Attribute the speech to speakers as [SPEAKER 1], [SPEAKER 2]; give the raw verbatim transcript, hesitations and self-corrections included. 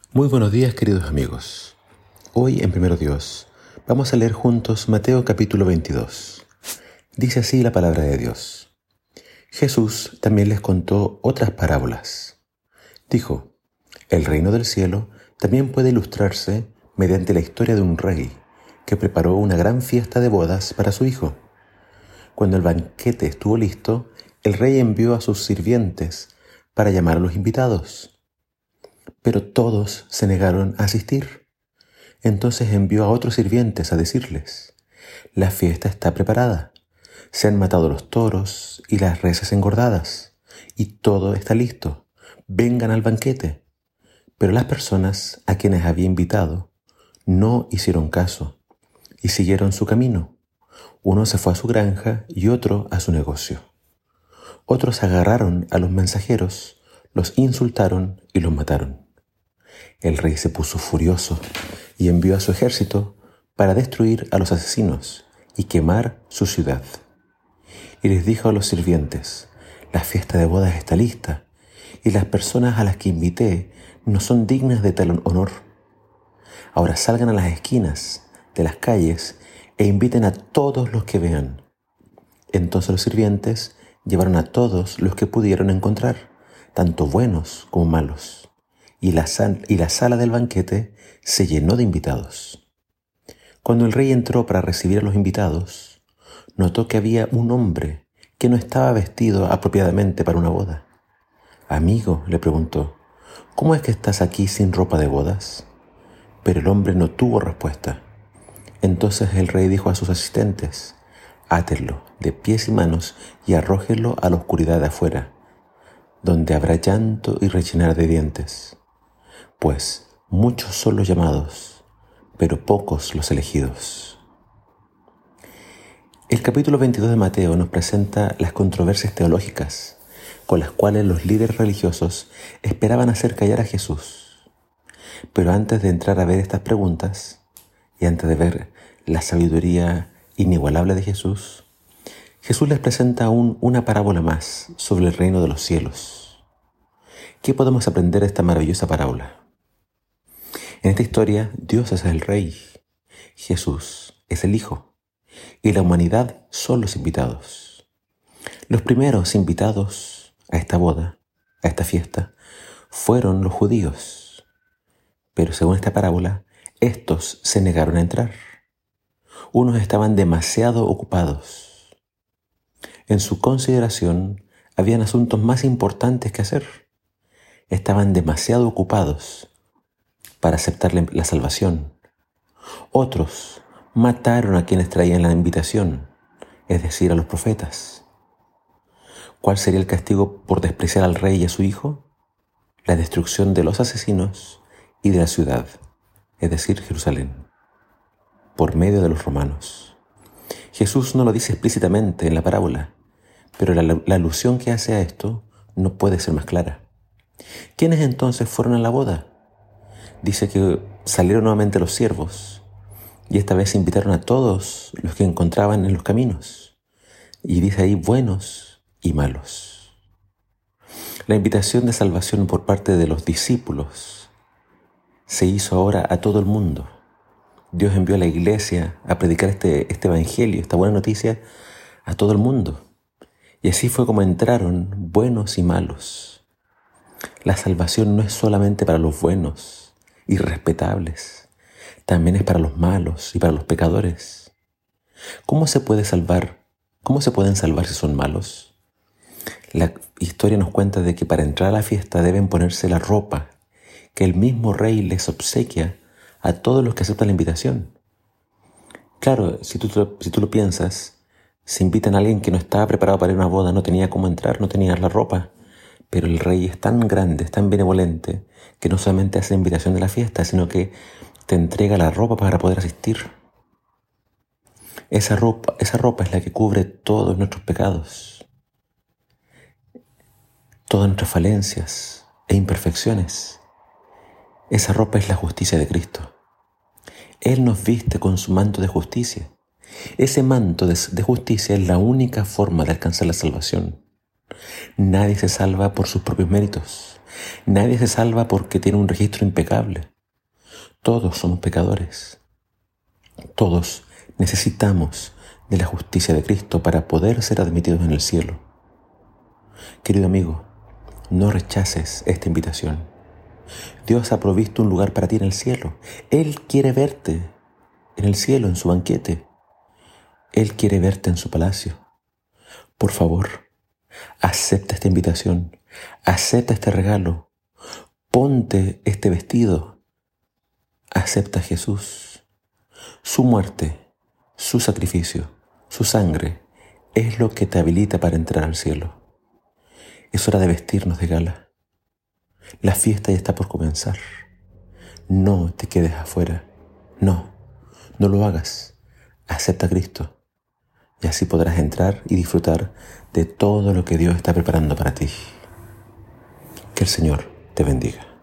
[SPEAKER 1] Muy buenos días, queridos amigos. Hoy en Primero Dios vamos a leer juntos Mateo capítulo veintidós. Dice así la palabra de Dios. Jesús también les contó otras parábolas. Dijo, el reino del cielo también puede ilustrarse mediante la historia de un rey que preparó una gran fiesta de bodas para su hijo. Cuando el banquete estuvo listo, el rey envió a sus sirvientes para llamar a los invitados. Pero todos se negaron a asistir. Entonces envió a otros sirvientes a decirles, la fiesta está preparada, se han matado los toros y las reses engordadas, y todo está listo, vengan al banquete. Pero las personas a quienes había invitado no hicieron caso y siguieron su camino. Uno se fue a su granja y otro a su negocio. Otros agarraron a los mensajeros, los insultaron y los mataron. El rey se puso furioso y envió a su ejército para destruir a los asesinos y quemar su ciudad. Y les dijo a los sirvientes, la fiesta de bodas está lista y las personas a las que invité no son dignas de tal honor. Ahora salgan a las esquinas de las calles e inviten a todos los que vean. Entonces los sirvientes llevaron a todos los que pudieron encontrar, tanto buenos como malos. Y la, sal, y la sala del banquete se llenó de invitados. Cuando el rey entró para recibir a los invitados, notó que había un hombre que no estaba vestido apropiadamente para una boda. Amigo, le preguntó, ¿cómo es que estás aquí sin ropa de bodas? Pero el hombre no tuvo respuesta. Entonces el rey dijo a sus asistentes, átenlo de pies y manos y arrójenlo a la oscuridad de afuera, donde habrá llanto y rechinar de dientes. Pues muchos son los llamados, pero pocos los elegidos. El capítulo veintidós de Mateo nos presenta las controversias teológicas con las cuales los líderes religiosos esperaban hacer callar a Jesús. Pero antes de entrar a ver estas preguntas y antes de ver la sabiduría inigualable de Jesús, Jesús les presenta aún una parábola más sobre el reino de los cielos. ¿Qué podemos aprender de esta maravillosa parábola? En esta historia, Dios es el Rey, Jesús es el Hijo, y la humanidad son los invitados. Los primeros invitados a esta boda, a esta fiesta, fueron los judíos. Pero según esta parábola, estos se negaron a entrar. Unos estaban demasiado ocupados. En su consideración, habían asuntos más importantes que hacer. Estaban demasiado ocupados para aceptar la salvación. Otros mataron a quienes traían la invitación, es decir, a los profetas. ¿Cuál sería el castigo por despreciar al rey y a su hijo? La destrucción de los asesinos y de la ciudad, es decir, Jerusalén, por medio de los romanos. Jesús no lo dice explícitamente en la parábola, pero la, la alusión que hace a esto no puede ser más clara. ¿Quiénes entonces fueron a la boda? Dice que salieron nuevamente los siervos y esta vez invitaron a todos los que encontraban en los caminos. Y dice ahí buenos y malos. La invitación de salvación por parte de los discípulos se hizo ahora a todo el mundo. Dios envió a la iglesia a predicar este, este evangelio, esta buena noticia a todo el mundo. Y así fue como entraron buenos y malos. La salvación no es solamente para los buenos y respetables, también es para los malos y para los pecadores. ¿Cómo se puede salvar? ¿Cómo se pueden salvar si son malos? La historia nos cuenta de que para entrar a la fiesta deben ponerse la ropa que el mismo rey les obsequia a todos los que aceptan la invitación. Claro, si tú, si tú lo piensas, si invitan a alguien que no estaba preparado para ir a una boda, no tenía cómo entrar, no tenía la ropa. Pero el rey es tan grande, es tan benevolente, que no solamente hace la invitación de la fiesta, sino que te entrega la ropa para poder asistir. Esa ropa, esa ropa es la que cubre todos nuestros pecados, todas nuestras falencias e imperfecciones. Esa ropa es la justicia de Cristo. Él nos viste con su manto de justicia. Ese manto de, de justicia es la única forma de alcanzar la salvación. Nadie se salva por sus propios méritos. Nadie se salva porque tiene un registro impecable. Todos somos pecadores. Todos necesitamos de la justicia de Cristo para poder ser admitidos en el cielo. Querido amigo, no rechaces esta invitación. Dios ha provisto un lugar para ti en el cielo. Él quiere verte en el cielo, en su banquete. Él quiere verte en su palacio. Por favor, acepta esta invitación. Acepta este regalo. Ponte este vestido. Acepta a Jesús. Su muerte, su sacrificio, su sangre es lo que te habilita para entrar al cielo. Es hora de vestirnos de gala. La fiesta ya está por comenzar. No te quedes afuera. No, no lo hagas. Acepta a Cristo y así podrás entrar y disfrutar de todo lo que Dios está preparando para ti. Que el Señor te bendiga.